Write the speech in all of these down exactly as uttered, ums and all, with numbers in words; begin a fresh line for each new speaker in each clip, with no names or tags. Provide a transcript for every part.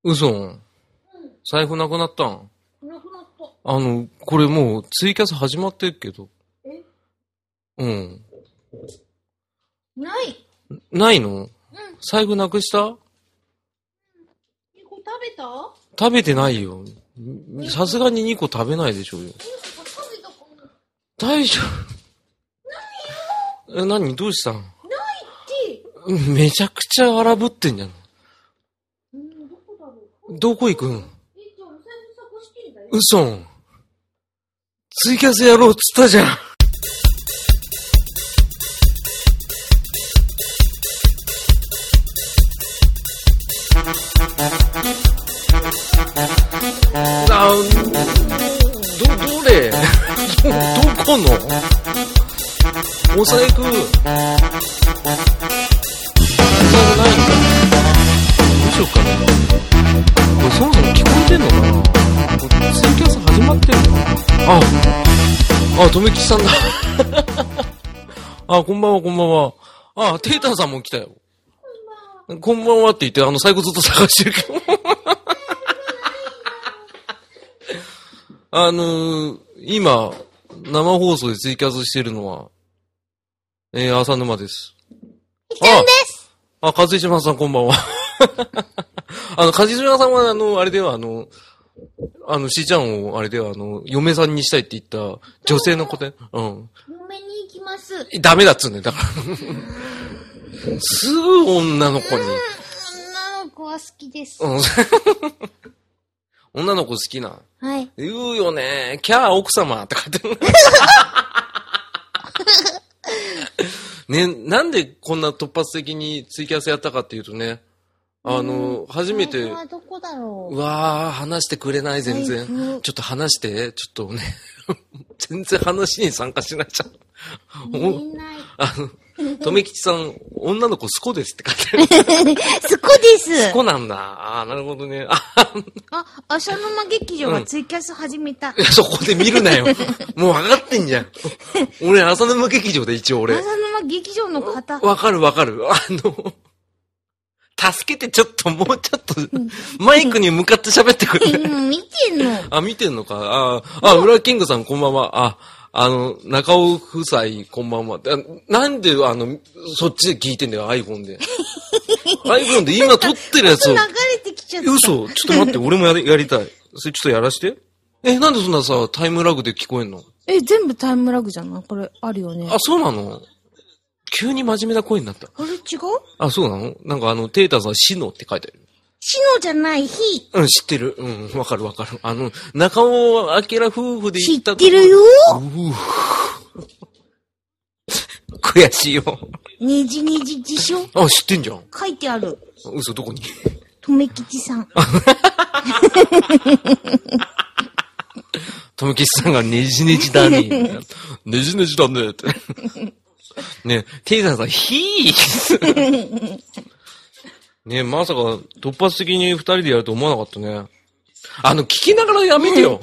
嘘。うん。財布なくなったん？
なくなった。
あの、これもうツイキャス始まってるけど。
え？
うん。
ない。
ないの？うん。財布なくした？
これ食べた？
食べてないよ。さすがににこ食べないでしょうよ。大丈夫。え、何？どうしたん？ない
って。
めちゃくちゃ荒ぶってんじゃん。
うん、どこだろう。
どこ行くん？
え、じゃあお財布探してんだよ。
嘘ん。ツイキャスやろうっつったじゃん。あ、ど、どれど、どこのお財布。お財布ないんだ。どうしようかな。これそもそも聞こえてんのかな。これツイキャス始まってんの？あ、あ、とめきちさんだ。あ、こんばんは、こんばんは。あ、テータンさんも来たよ。こんばんはって言って、あの、財布ずっと探してるけど。あのー、今、生放送でツイキャスしてるのは、えー、浅沼です。
ひちゃんです。
あ、かずいしまさんこんばんは。あの、かずいしまさんは、あの、あれでは、あの、あの、しーちゃんを、あれでは、あの、嫁さんにしたいって言った女性の子で、うん。
嫁に行きます。
ダメだっつうんだよ、だから。すぐ女の子に。
女の子は好きです。
うん女の子好きな。
はい。
言うよね。キャー奥様って書いてる。ね、なんでこんな突発的にツイキャスやったかっていうとね、あの、初めて、
財布はどこだろう。
うわー、話してくれない、全然。ちょっと話して、ちょっとね、全然話に参加しないじゃん。
言えない。
あの、とめきちさん、女の子スコですって書いてある。
スコです。
スコなんだ。ああ、なるほどね。
あ、浅沼劇場がツイキャス始めた。
うん、そこで見るなよ。もう分かってんじゃん。俺、浅沼劇場で一応俺。
浅沼劇場の方。
わかるわかる。あの、助けてちょっと、もうちょっと、マイクに向かって喋ってくれ。
見てんの。
あ、見てんのか。あ、あ、浦キングさんこんばんは。あ、あの、中尾夫妻こんばんは。なんで、あの、そっちで聞いてんだよ、iPhone で。iPhone で今撮ってるやつを。
流れてきちゃった。
嘘。ちょっと待って、俺もやり、やりたい。それちょっとやらして。え、なんでそんなさ、タイムラグで聞こえんの？
え、全部タイムラグじゃない？これ、あるよね。
あ、そうなの？急に真面目な声になった。
あれ違う？
あ、そうなの？なんかあの、テータさん、シノって書いてある。
シノじゃない日。
うん、知ってる。うん、わかるわかる。あの、中尾明夫婦で行った
と知ってるよー。
悔しいよ。
ねじねじ辞書。
あ、知ってんじゃん。
書いてある。
嘘、どこに？
とめきちさん。
とめきちさんがねじねじだね。ねじねじだねって。ね、テイザーさん、ひーね、まさか突発的に二人でやると思わなかったね。あの、聞きながらやめてよ。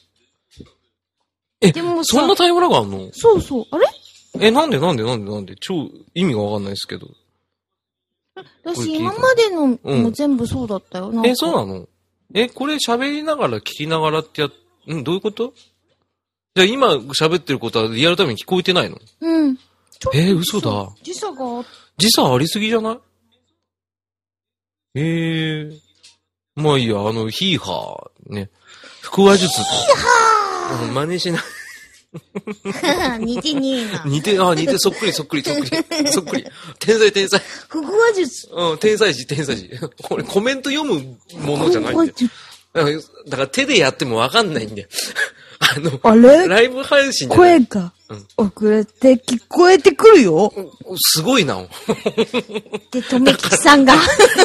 え、でもそんなタイムラグあんの？
そうそう。あれ？
え、なんでなんでなんでなんで超意味がわかんないですけど。
私今までのも全部そうだったよ。うん、
え、そうなの？え、これ喋りながら聞きながらってや、んどういうこと？じゃあ今喋ってることはリアルタイムに聞こえてないの？
うん。
えー、嘘だ。
時差が。
時差ありすぎじゃない？ええー。まあいいや、あの、ヒーハー、ね。腹話術。ヒーハー真似しない。
似てねえな。
似て、あ、似て、そっくり、そっくり、そっくり。そっくり。天才、天才。
腹話術。
うん、天才児、天才児。これコメント読むものじゃないんだよ。だから手でやってもわかんないんだよ。あの、
あれ
ライブ配信で。
声が遅れて聞こえてくるよ。
すごいな。
で、とめきさんが。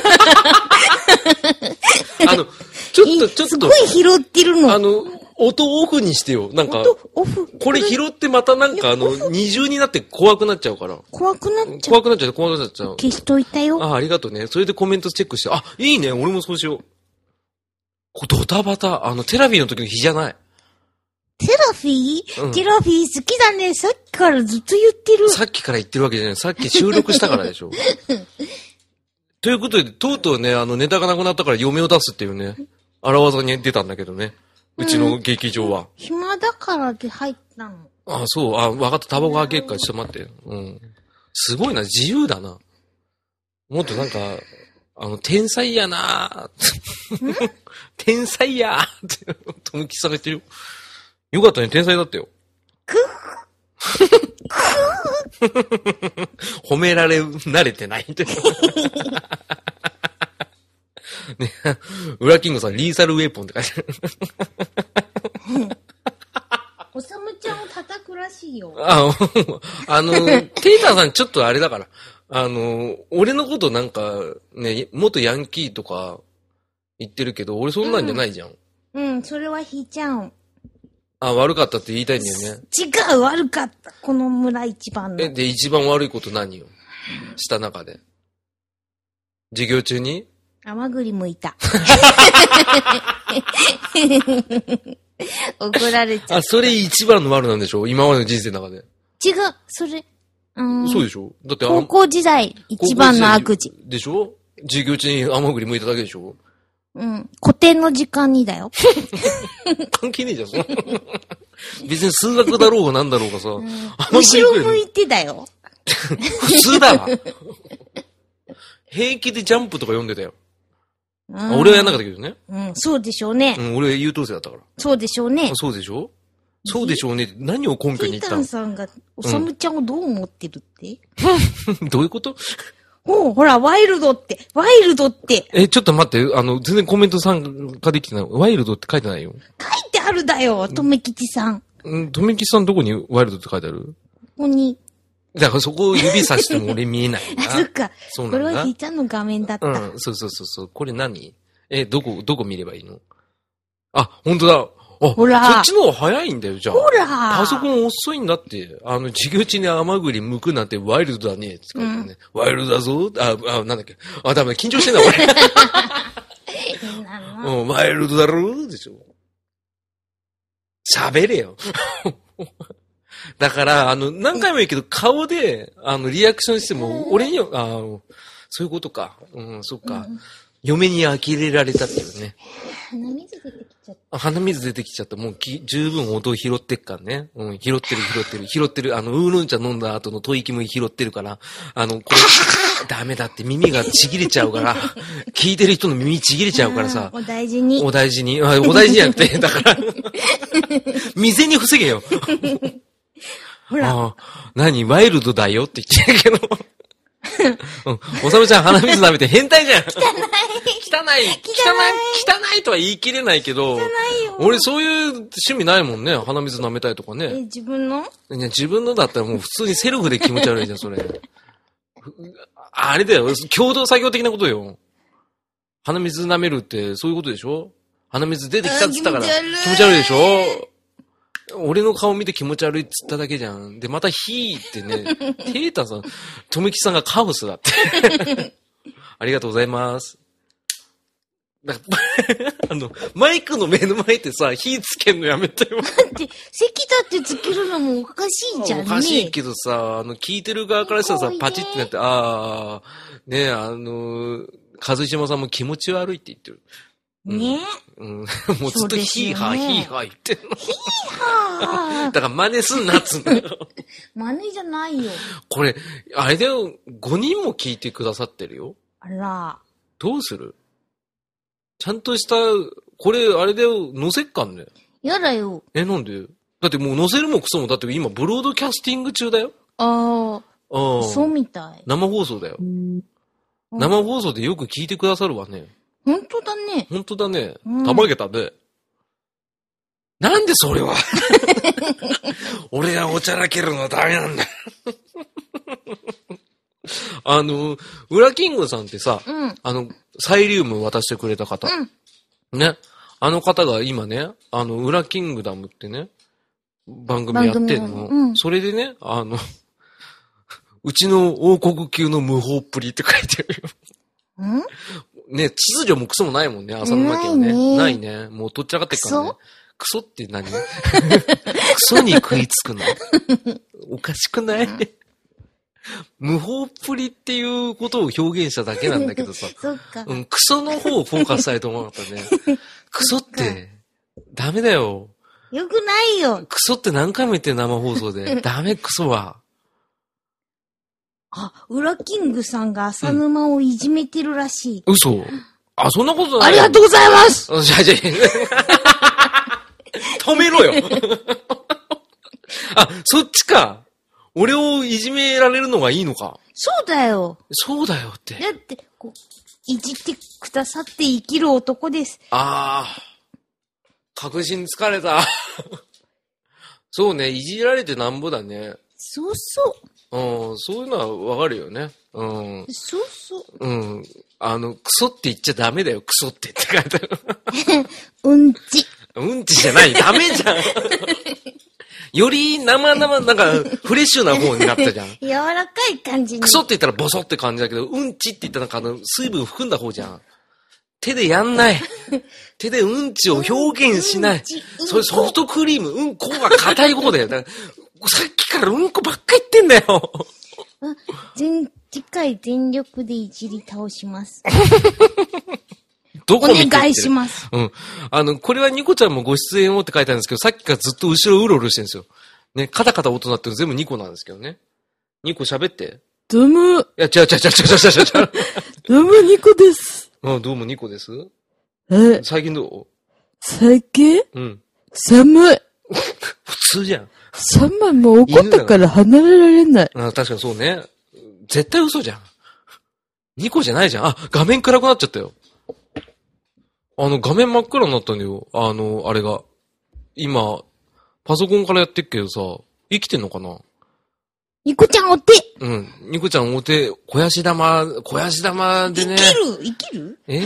あの、ちょっと、ちょっと。す
ごい拾ってるの。
あの、音オフにしてよ。なんか、
オフ
これ拾ってまたなんかあの、二重になって怖くなっちゃうから。
怖くなっちゃう。
怖くなっちゃう、怖くなっちゃう。
消しといたよ。
あ、ありがとうね。それでコメントチェックして。あ、いいね。俺もそうしよう。こドタバタ。あの、テラビーの時の日じゃない。
テラフィー、うん、テラフィー好きだね。さっきからずっと言ってる。
さっきから言ってるわけじゃない。さっき収録したからでしょ。 ということで、とうとうね、あの、ネタがなくなったから嫁を出すっていうね、荒技に出たんだけどね。うちの劇場は。うん、
暇だからで入ったの。
あ、そう。あ、わかった。タバコ開けっからちょっと待って。うん。すごいな。自由だな。もっとなんか、あの、天才やなー天才やーって、とむきされてるよ。よかったね。天才だったよ。く褒められ、慣れてないって。ね、ウラキングさん、リーサルウェポンって書いてある。
おさむちゃんを叩くらしいよ。
あ、あの、テイターさんちょっとあれだから。あの、俺のことなんか、ね、元ヤンキーとか言ってるけど、俺そんなんじゃないじゃん。
うん、うん、それはひーちゃん。
あ、悪かったって言いたいんだよね。
違う、悪かった。この村一番の。
え、で、一番悪いこと何よした中で。授業中に
甘栗剥いた。怒られちゃった。
あ、それ一番の悪なんでしょ今までの人生の中で。
違う、それ、うん、
そうでしょだって
高校時代一番の悪事。
でしょ授業中に甘栗剥いただけでしょ
うん。古典の時間にだよ。
関係ねえじゃん、そ別に数学だろうがなんだろうがさ。うん、
後ろ向いてだよ。
普通だわ。平気でジャンプとか読んでたよ。うん、俺はやんなかったけどね。
うん、そうでしょうね。
うん、俺は優等生だったから。
そうでしょうね。
そうでしょそうでしょうね。何を根拠に言ったの？
ティータンさんが、おさむちゃんをどう思ってるって、
うん、どういうこと
おう、ほら、ワイルドって、ワイルドって。
え、ちょっと待って、あの、全然コメント参加できてない。ワイルドって書いてないよ。
書いてあるだよ、とめきちさん。
うん、とめきちさんどこにワイルドって書いてある？
ここに。
だからそこを指さしても俺見えないな。
あ、そっか。
そうなんだ。
これはひーちゃんの画面だった。
うん、そうそうそうそう。これ何？え、どこ、どこ見ればいいの？あ、ほんとだ。あ、
ほら。
そっちの方が早いんだよ、じゃあ。
ほら。
パソコン遅いんだって。あの、授業中に甘栗剥くなんてワイルドだね。って書いてあるね、うん。ワイルドだぞ。あ、あ、なんだっけ。あ、ダメだ。緊張してんだ、俺。うん、ワイルドだろでしょ。喋れよ。だから、あの、何回も言うけど、顔で、あの、リアクションしても、俺には、あそういうことか。うん、そっか。うん、嫁に呆れられたっていうね。
鼻水出てきちゃった。
鼻水出てきちゃった。もうき十分音を拾ってっからね。うん、拾ってる拾ってる。拾ってる。あの、ウーロン茶飲んだ後の吐息も拾ってるから。あの、これ、ダメだって耳がちぎれちゃうから。聞いてる人の耳ちぎれちゃうからさ。
お大事に。
お大事に。あ、お大事じゃなくて、だから、未然に防げよ。
ほら。
ああ、何ワイルドだよって言ってるけど。うん。おさむちゃん鼻水舐めて変態じゃん。汚い。汚い。汚い。汚いとは言い切れないけど。
汚いよ。
俺そういう趣味ないもんね。鼻水舐めたいとかね。
え、自分の？
いや、自分のだったらもう普通にセルフで気持ち悪いじゃん、それ。あれだよ。共同作業的なことよ。鼻水舐めるってそういうことでしょ？鼻水出てきたっつったから。気持ち悪いでしょ？俺の顔見て気持ち悪いっつっただけじゃん。で、またヒーってね、テータさん、とめきさんがカオスだって。ありがとうございます。あの、マイクの目の前ってさ、火つけんのやめてよ。
だって、席だってつけるのもおかしいじゃんね。
おかしいけどさ、あの、聞いてる側からしたらさ、パチってなって、あー、ねえ、あの、和島さんも気持ち悪いって言ってる。
ね
うん。うん、もうずっとヒーハー、ヒーハー言ってんの。
ヒーハー
だから真似すんなっつうんだよ。
真似じゃないよ。
これ、あれだよ、ごにんも聞いてくださってるよ。
あら。
どうする？ちゃんとした、これ、あれだよ、載せっかんね。
やだよ。
え、なんで？だってもう載せるもクソも、だって今、ブロードキャスティング中だよ。
ああ。ああ。そうみたい。
生放送だよ。うん、生放送でよく聞いてくださるわね。
本当だね。
本当だね。たまげたね。なんでそれは俺がおちゃらけるのはダメなんだ。あの、ウラキングさんってさ、うん、あの、サイリウム渡してくれた方。うん、ね。あの方が今ね、あの、ウラキングダムってね、番組やってんの。うん、それでね、あの、うちの王国級の無法っぷりって書いてるよ。んね、秩序もクソもないもんね、浅沼家はね。ないね。ないね。もうとっちゃかってっからね。クソって何？クソに食いつくのおかしくない？ 無法っぷりっていうことを表現しただけなんだけどさ。
そっか。
うん、クソの方をフォーカスされて思わなかったね。クソって、ダメだよ。
よくないよ。
クソって何回も言ってる生放送で。ダメクソは。
あ、ウラキングさんが浅沼をいじめてるらしい。
うん、嘘。あ、そんなことない。
ありがとうございます
じゃあじゃあ止めろよ。あ、そっちか。俺をいじめられるのがいいのか。
そうだよ。
そうだよって。
だって、こう、いじってくださって生きる男です。
ああ。確信疲れた。そうね、いじられてなんぼだね。
そうそう。
うん、そういうのはわかるよね。うん。
そうそう。
うん。あの、クソって言っちゃダメだよ、クソってって書いてある。
うんち。
うんちじゃない、ダメじゃん。より生々、なんか、フレッシュな方になったじゃん。
柔らかい感じに。
クソって言ったらボソって感じだけど、うんちって言ったらなんかあの、水分含んだ方じゃん。手でやんない。手でうんちを表現しない。うん、それソフトクリーム、うんこが硬い方だよ。だからさっきからうんこばっか言ってんだよ。
全、次回全力でいじり倒します。
どこ見て
お願いします。
うん。あの、これはニコちゃんもご出演をって書いてあるんですけど、さっきからずっと後ろうろうろしてるんですよ。ね、カタカタ音鳴ってるの全部ニコなんですけどね。ニコ喋って。
どうも。い
や、違う違う違う違う違う違う。
どうもニコです。
うん、どうもニコです。
え
最近どう？
最近？
うん。
寒い。
普通じゃん。
寒い、もう怒ったから離れられない。
あ、確かにそうね。絶対嘘じゃん。ニコじゃないじゃん。あ、画面暗くなっちゃったよ。あの、画面真っ暗になったんだよ。あの、あれが。今、パソコンからやってっけどさ、生きてんのかな？
ニコちゃんお手。
うん。ニコちゃんお手、小やし玉、小やし玉でね。
生きる生きる
え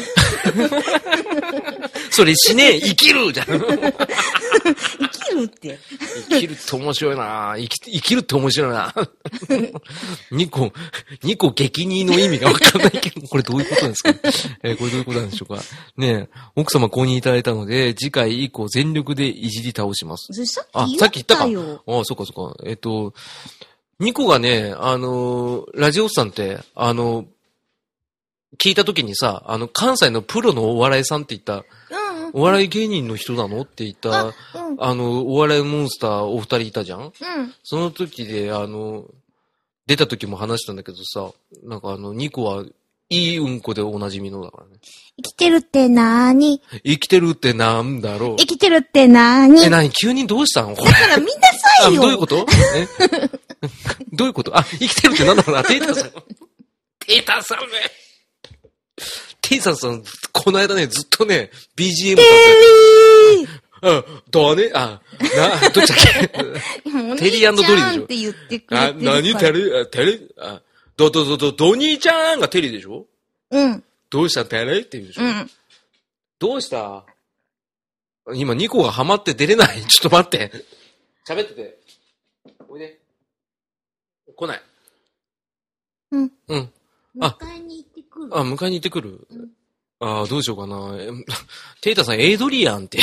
それ死ねえ生きるじゃん。生
きるって。
生きるって面白いな生き、生きるって面白いなニコ、ニコ激似の意味がわかんないけど、これどういうことなんですか、えー、これどういうことなんでしょうかねえ、奥様購入いただいたので、次回以降全力でいじり倒します。
それさっき
あ、
言ったよ。
さっき言ったか。ああ、そっかそっか。えっと、ニコがね、あのー、ラジオさんって、あのー、聞いた時にさ、あの、関西のプロのお笑いさんって言った、うんうん、お笑い芸人の人なのって言った、あ、うん、あの、お笑いモンスターお二人いたじゃん、うん、その時で、あの、出た時も話したんだけどさ、なんかあの、ニコはいいうんこでおなじみのだからね。
生きてるってなーに？
生きてるってなんだろう？
生きてるってなーに？
え、なに急にどうしたの？
だから見なさいよ。
あ、どういうことえどういうことあ、生きてるってなんだろうな、テイタさん。テイタさんね。テイタさん、この間ね、ずっとね、ビージーエム
だ
った。うん、どうね、あ、な、どっちだっけテリー&ドリーでしょ。
って言ってくれてるから。
あ、なにテリ、テリ、あ、ど、ど、ど、ど、ドニーちゃんがテリーでしょ。
うん。
どうしたテリーって言うでしょ。
うん。
どうした今、ニコがハマって出れない。ちょっと待って。喋ってて。おいで。来ない。
うん。
うん。
あ、迎えに行ってくる。
あ、迎えに行ってくる。うん、ああ、どうしようかな。テイタさん、エイドリアンって。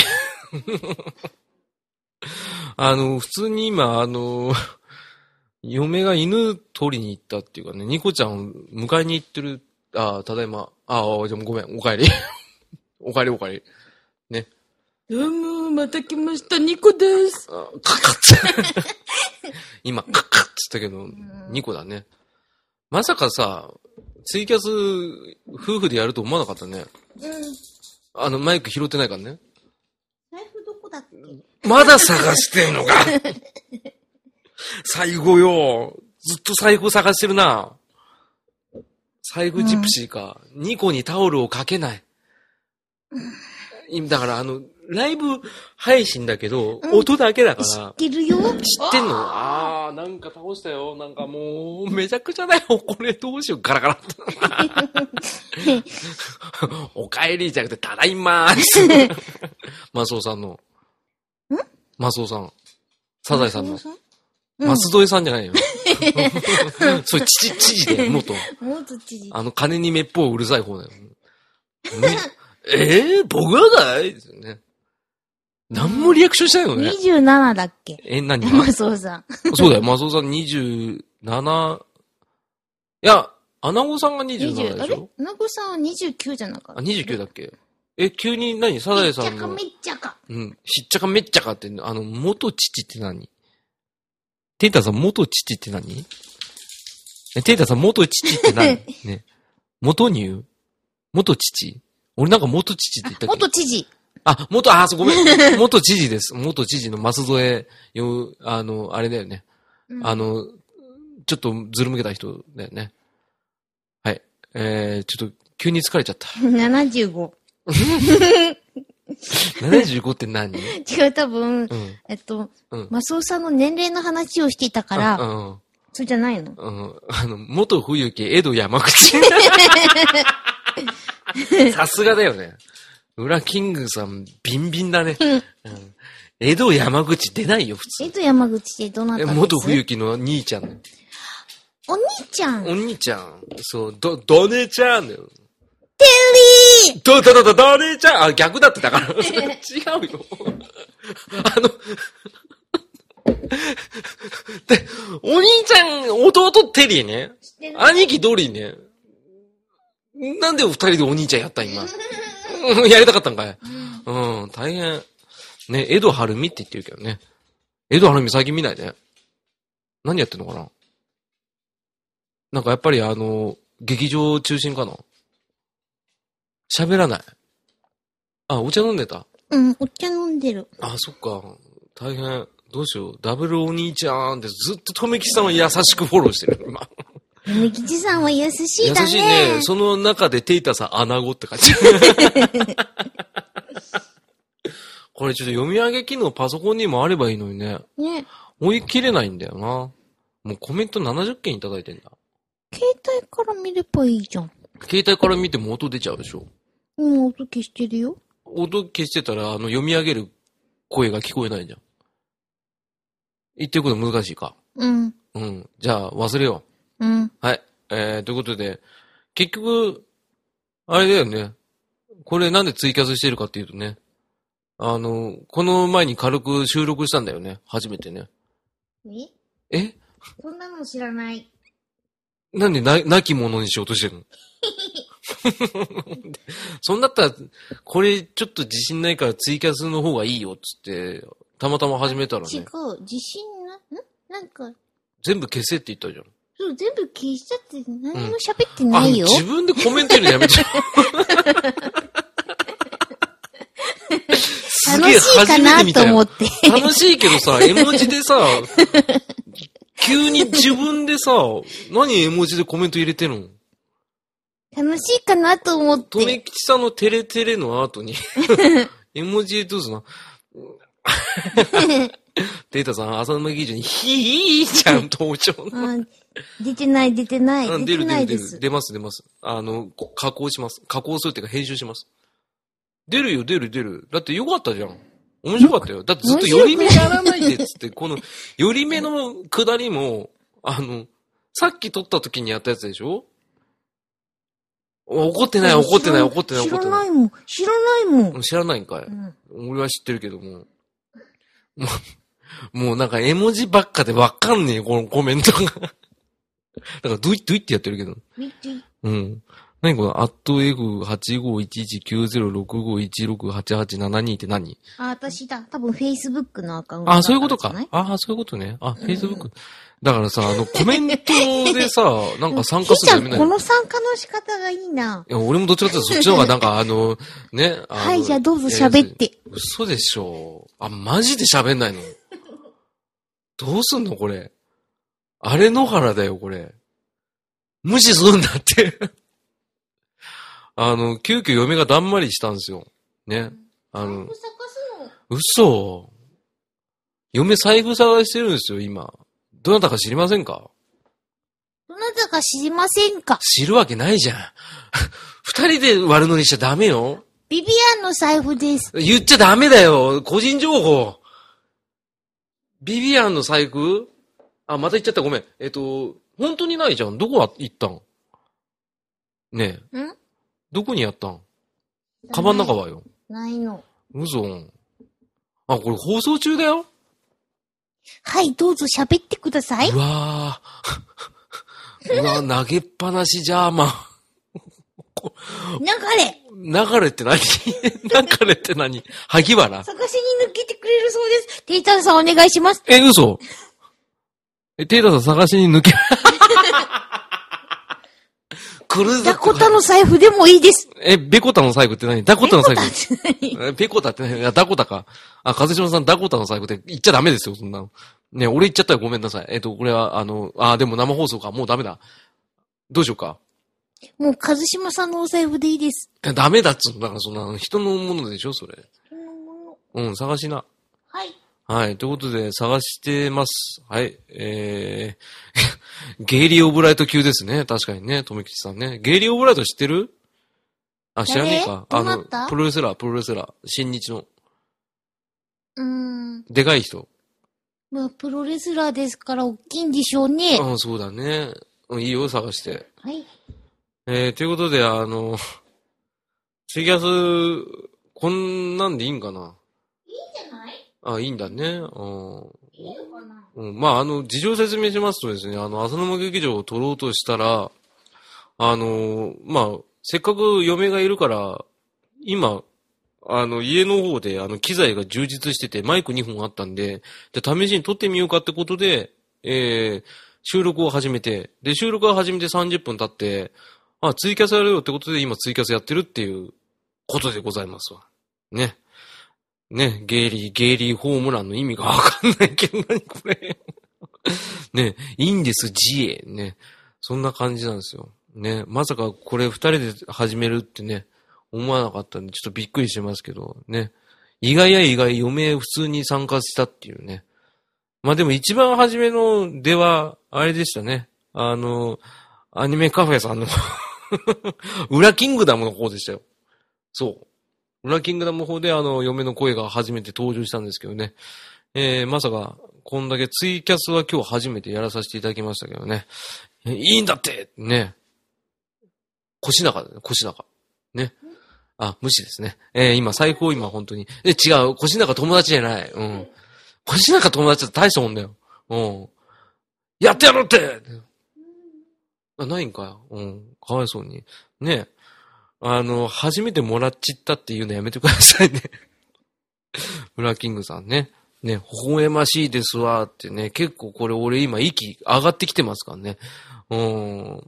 あの、普通に今、あの、嫁が犬取りに行ったっていうかね、ニコちゃん迎えに行ってる。ああ、ただいま。ああ、じゃあごめん、お帰り。お帰りお帰り。ね。
どうも、また来ました、ニコです。
あカカッ今、カカッつったけど、ニコだね。まさかさ、ツイキャス夫婦でやると思わなかったね。
うん。
あの、マイク拾ってないからね。
財布どこだっけ？
まだ探してんのか最後よ。ずっと財布探してるな。財布ジプシーか。うん、ニコにタオルをかけない。うん、だからあの、ライブ配信だけど、うん、音だけだから。知
ってるよ。知
ってんの？ああー、なんか倒したよ。なんかもう、めちゃくちゃだよ。これどうしよう。ガラガラ。お帰りじゃなくて、ただいまーす。マスオさんの。んマスオさん。サザエさんの。マスドエさんじゃないよ。それ、知事、知事で、元。
元知事。
あの、金にめっぽううるさい方だよ。ね、えー、僕がだいですよね。何もリアクションしないのね。
にじゅうななだっけ？
え、何が？
マスオさん。
そうだよ、マスオさんにじゅうななや、アナゴさんがにじゅうななでしょ？
あれアナゴさんはにじゅうきゅうじゃなかった。
あ、にじゅうきゅうだっけ？え、急に何サザエさんの。
めっちゃかめっちゃか。
うん。しっちゃかめっちゃかって、あの、元父って何？テイタさん元父って何？え、テイタさん元父って何？ね。元乳？元父？俺なんか元父って言ったっけ？
元知事。
あ、元、あ、そう、ごめん。元知事です。元知事の舛添よ、あの、あれだよね。うん、あの、ちょっとずるむけた人だよね。はい。えー、ちょっと急に疲れちゃった。
ななじゅうご。
ななじゅうごって何？
違う、多分、うん、えっと、うん、マスオさんの年齢の話をしていたから、うん、それじゃないの？
うん。あの、元冬木、江戸山口。さすがだよね。裏キングさん、ビンビンだね。うん、江戸山口出ないよ、普通。
江戸山口ってどなたです？
元冬木の兄ちゃん。
お兄ちゃん。
お兄ちゃん。そう、ど、どねちゃんだよ。
テリー
ど、ど、ど、ど、どねちゃんあ、逆だってたから。違うよ。あの、で、お兄ちゃん、弟テリーね。兄貴ドリーね。なんで二人でお兄ちゃんやった今。やりたかったんかい。うん、うん、大変。ね、江戸晴美って言ってるけどね。江戸晴美最近見ないね。何やってんのかな？なんかやっぱりあの、劇場中心かな？喋らない。あ、お茶飲んでた？
うん、お茶飲んでる。
あ、そっか。大変。どうしよう。ダブルお兄ちゃんってずっととめきちさんは優しくフォローしてる、今。
とめきちさんは優しいだね。
優しいね。その中でテイタさん、アナゴって感じ。これちょっと読み上げ機能パソコンにもあればいいのにね。ね。追い切れないんだよな。もうコメントななじゅっけんいただいてんだ。
携帯から見ればいいじゃん。
携帯から見ても音出ちゃうでしょ。
うん、音消してるよ。
音消してたら、あの、読み上げる声が聞こえないじゃん。言ってること難しいか。
うん。
うん。じゃあ、忘れよ
う。うん。
はい。えー、ということで、結局、あれだよね。これなんでツイキャスしてるかっていうとね。あの、この前に軽く収録したんだよね。初めてね。
え？
え？
そんなの知らない。
なんでな、亡き者にしようとしてるの？そんだったら、これちょっと自信ないからツイキャスの方がいいよっつって、たまたま始めたらね。
違う、自信な、んなんか。
全部消せって言ったじゃん。
そう、全部消しちゃって何も喋ってないよ。
うん、自分でコメント入れるのやめちゃう。すげえ初めて見たよ。楽しいかなと思って。楽しいけどさ、絵文字でさ、急に自分でさ、何絵文字でコメント入れてるの？
楽しいかなと思って。
とめきちさんのテレテレの後に、絵文字どうすな。データさん、浅沼議長に、ひーちゃん登場の。
出てない、出てない。
出る、出る、出る。出ます、出ます。あの、加工します。加工するっていうか編集します。出るよ、出る、出る。だってよかったじゃん。面白かったよ。だってずっと寄り目やらないでっつって、この、寄り目の下りも、あの、さっき撮った時にやったやつでしょ？怒ってない、怒ってない、怒ってない、怒ってない。知らない
もん。知らないもん。
知らないんかい。うん、俺は知ってるけども。もう、もうなんか絵文字ばっかでわかんねえ、このコメントが。だからドゥイッドゥイってやってるけど。うん。何この、アット エフはちごいちいちきゅうゼロろくごいちろくはちはちななにって何？
あ、私だ。多分 Facebook のアカウント。
あ、そういうことか。あ、そういうことね。あ、Facebook。だからさ、あの、コメントでさ、なんか参加するのやめない。
この参加の仕方がいいな。
いや、俺もどっちかっていうとそっちの方がなんかあの、ね。
はい、じゃあどうぞ喋って。
嘘でしょ。あ、マジで喋んないの？どうすんのこれ。あれ野原だよ、これ。無視するんだって。あの、急遽嫁がだんまりしたんですよ。ね。あの、嘘。嫁財布探してるんですよ、今。どなたか知りませんか？
どなたか知りませんか？
知るわけないじゃん。二人で悪乗りしちゃダメよ。
ビビアンの財布です。
言っちゃダメだよ。個人情報。ビビアンの財布？あ、また言っちゃった。ごめん。えっと、本当にないじゃん。どこ行ったん？ねえ。ん？どこにやったん？カバンの中はよ。
ないの。
嘘。あ、これ放送中だよ。
はい、どうぞ喋ってください。
うわな、投げっぱなしじゃあ、まあ。
流れ
流れって何流れって何萩原
探しに抜けてくれるそうです。テイタさんお願いします。
え、嘘え、テイタさん探しに抜け、クルーズ
ダコタの財布でもいいです。
え、ベコタの財布って何ダコタの財布。
ベ
コタって何？あ、ダコタか。あ、風島さんダコタの財布って言っちゃダメですよ、そんなの。ね、俺言っちゃったらごめんなさい。えっと、これは、あの、あ、でも生放送か。もうダメだ。どうしようか。
もう、和島さんのお財布でいいです。
ダメだっつうの。だからそんな、人のものでしょ、それ。
人のも
の。うん、探しな。
はい。
はい。ということで、探してます。はい。えー、ゲイリー・オブライト級ですね。確かにね、とめきちさんね。ゲイリー・オブライト知ってる？あ、知らねえか。あの、プロレスラー、プロレスラー。新日の。
うーん。
でかい人。
まあ、プロレスラーですから、大きいんでしょうね。
うん、そうだね。うん、いいよ、探して。
はい。
えー、ということで、あの、ツイキャス、こんなんでいいんかな？
いいんじゃない？
あ、いいんだね。うん。
いいのかな？
うん。まあ、あの、事情説明しますとですね、あの、浅沼劇場を撮ろうとしたら、あの、まあ、せっかく嫁がいるから、今、あの、家の方で、あの、機材が充実してて、マイクにほんあったんで、で、試しに撮ってみようかってことで、えー、収録を始めて、で、収録を始めてさんじゅっぷん経って、あ、ツイキャスやるよってことで今ツイキャスやってるっていうことでございますわ。ね。ね、ゲイリー、ゲイリーホームランの意味がわかんないけど、何これ。ね、いいんです、自衛。ね。そんな感じなんですよ。ね。まさかこれ二人で始めるってね、思わなかったんで、ちょっとびっくりしてますけど、ね。意外や意外、嫁普通に参加したっていうね。まあでも一番初めのでは、あれでしたね。あの、アニメカフェさんの裏キングダムの方でしたよ。そう。裏キングダムの方であの、嫁の声が初めて登場したんですけどね。えー、まさか、こんだけツイキャスは今日初めてやらさせていただきましたけどね。いいんだってね。腰中だね、腰中。ね。あ、無視ですね。えー、今、財布を今本当に。え、違う、腰中友達じゃない。うん。腰中友達って大したもんだよ。うん。やってやろうってあ、ないんかよ。うん。かわいそうに。ね。あの、初めてもらっちったっていうのやめてくださいね。ウラキングさんね。ね、微笑ましいですわってね。結構これ俺今息上がってきてますからね。うん。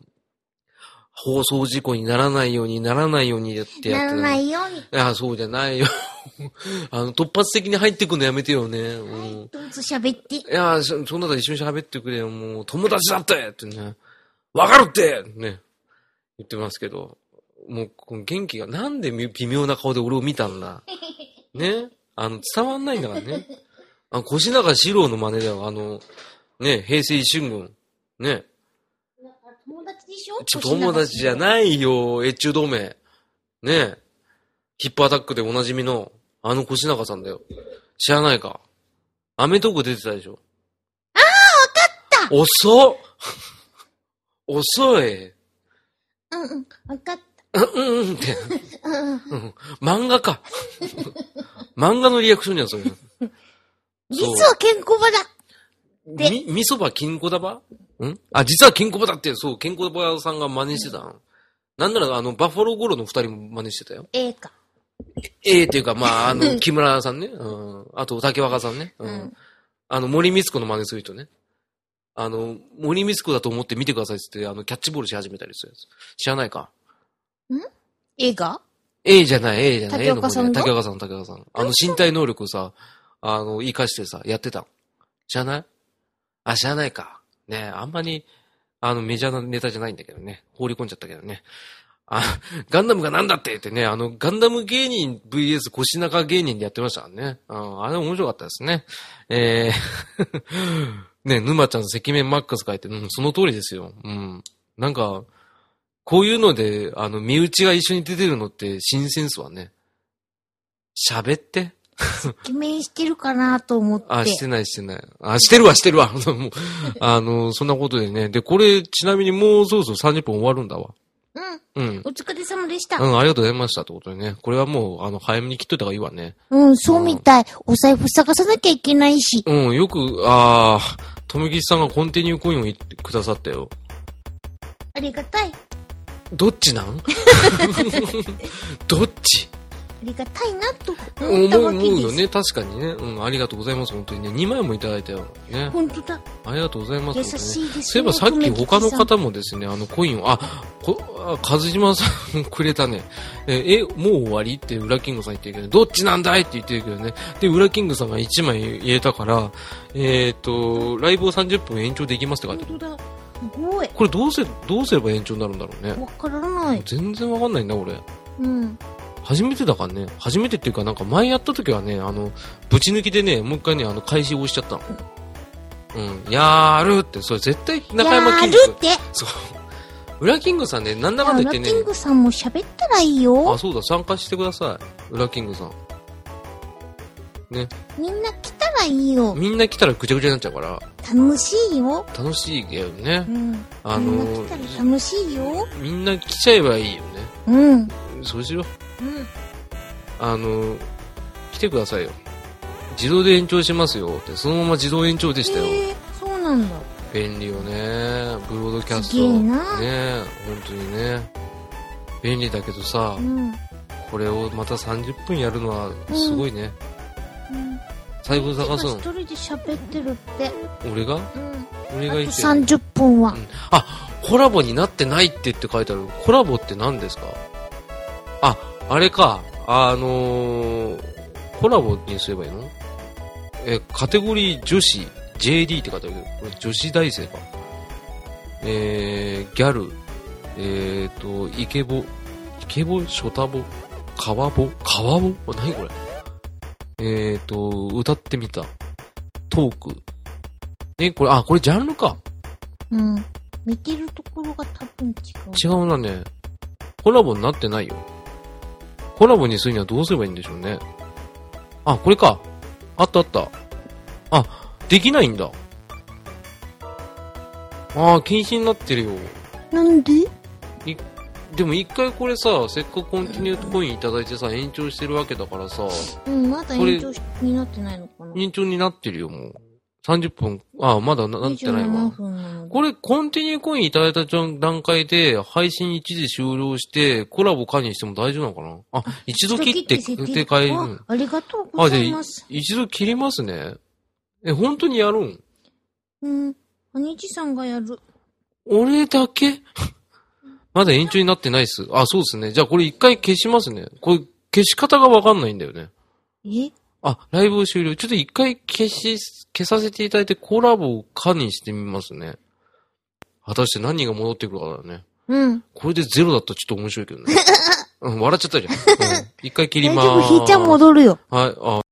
放送事故にならないようにならないようにやってやって。
ならないように。い
や、そうじゃないよ。あの、突発的に入ってくのやめてよね。うん、
どうぞ喋って。い
や、そ、そんなだ一緒に喋ってくれよ。もう、友達だってってね。わかるってね。言ってますけど。もう、この元気が、なんで微妙な顔で俺を見たんだ。ね。あの、伝わんないんだからね。あの、腰長四郎の真似だよ。あの、ね、平成一春軍。ね。
友達でしょ？
ちょ、友達じゃないよ、エチュード名。ね。ヒップアタックでおなじみの、あの腰長さんだよ。知らないか。アメトーク出てたでしょ。
ああ、わかった
遅っ遅い。
うんうん、わかった。
うんうんうんって。うん、漫画か。漫画のリアクションにはそういう。
実はケンコバだ。
み、みそば金庫だばんあ、実は金庫ばだって、そう、金庫ばさんが真似してたん。なんなら、あの、バッファローゴロの二人も真似してたよ。
ええか。
ええっていうか、まあ、あの、木村さんね。うん。あと、竹若さんね。うん。うん、あの、森光子の真似する人ね。あの、森光子だと思って見てくださいって言って、あの、キャッチボールし始めたりするやつ。知らないか。
ん映画
ええじゃない、ええじゃない。
竹若さんの
竹若さん、竹若さん。あの、身体能力さ、あの、活かしてさ、やってた。知らないあ、知らないか。ねあんまり、あの、メジャーなネタじゃないんだけどね。放り込んじゃったけどね。あ、ガンダムがなんだってってね、あの、ガンダム芸人 ブイエス 腰中芸人でやってましたからね。うん、あれ面白かったですね。えー、ね、沼ちゃん赤面マックス書いて、うん、その通りですよ。うん。なんか、こういうので、あの、身内が一緒に出てるのって新鮮っすわね。喋って。
赤面してるかなと思って。
あ、してないしてない。あ、してるわしてるわ。もうあの、そんなことでね。で、これ、ちなみにもうそろそろさんじゅっぷん終わるんだわ。
うん。
うん。
お疲れ様でした。
うん、ありがとうございましたってことでね。これはもう、あの、早めに切っといた方がいいわね。
うん、そうみたい。お財布探さなきゃいけないし。
うん、よく、あー、とめきちさんがコンティニューコインを言ってくださったよ。
りがたい。
どっちなんどっち
ありがたいなと思ったわけです。
思うよね、確かにね。うん、ありがとうございます、本当にね。にまいもいただいたよ。ね。
本当だ。
ありがとうございます。
優しいですね。
そういえばさっき他の方もですね、あのコインを、あ、こ、あ、かずじまさんくれたね。え、え、もう終わりってウラキングさん言ってるけど、どっちなんだいって言ってるけどね。で、ウラキングさんがいちまい入れたから、えっと、ライブをさんじゅっぷん延長できますって書いてある。
本当だ。すごい。
これどうせ、どうすれば延長になるんだろうね。
わからない。
全然わかんないんだ、俺。
うん。
初めてだからね。初めてっていうかなんか前やった時はね、あの、ぶち抜きでね、もう一回ね、あの、開始押しちゃったの。うん。やーるって、それ絶対中山キング。
やーるって。
そう。ウラキングさんね、なんだかんだ言ってね。
ウラキングさんも喋ったらいいよ。
あ、そうだ、参加してください。ウラキングさん。ね。
みんな来たらいいよ。
みんな来たらぐちゃぐちゃになっちゃうから。
楽しいよ。
楽しいよね。
うん。
あのー、
みんな来たら楽しいよ。
みんな来ちゃえばいいよね。
うん。
そうしよう。
うん。
あの、来てくださいよ。自動で延長しますよって、そのまま自動延長でしたよ。
えー、そうなんだ。
便利よね。ブロードキャスト。
すげえな。
ね、本当にね。便利だけどさ、うん、これをまたさんじゅっぷんやるのはすごいね。うん。うん、細部探すの。
一人で喋ってるって。
俺が？うん。俺が言ってる。
さんじゅっぷんは、うん。
あ、コラボになってないってって書いてある。コラボって何ですか？あ、あれか。あのー、コラボにすればいいの？え、カテゴリー女子、ジェーディー って書いてあるけど、これ女子大生か。えー、ギャル、えーと、イケボ、イケボ、ショタボ、カワボ、カワボ？何これ？えーと、歌ってみた。トーク。え、これ、あ、これジャンルか。
うん。見てるところが多分違う。
違うなね。コラボになってないよ。コラボにするにはどうすればいいんでしょうね。あ、これか。あったあった。あ、できないんだ。あー、禁止になってるよ。
なんで？
い、でも一回これさ、せっかくコンティニュートコインいただいてさ、延長してるわけだからさ。
うん、まだ延長になってないのかな？
延長になってるよ、もう。さんじゅっぷん。あ、まだ な, なってないわ。これ、コンティニューコインいただいた段階で、配信一時終了して、コラボ加にしても大丈夫なのかな？あ、一度切って、で変える。
あ、ありがとうございます。
あ、で、一度切りますね。え、本当にやるん？
うん。兄貴さんがやる。
俺だけまだ延長になってないっす。あ、そうですね。じゃあこれ一回消しますね。これ、消し方がわかんないんだよね。
え？
あ、ライブ終了。ちょっと一回消し、消させていただいてコラボを可にしてみますね。果たして何が戻ってくるかだね。
うん。
これでゼロだったらちょっと面白いけどね。うん、笑っちゃったじゃん。うん、一回切りまーす。
大丈夫、ひーちゃん戻るよ。
はい、あ。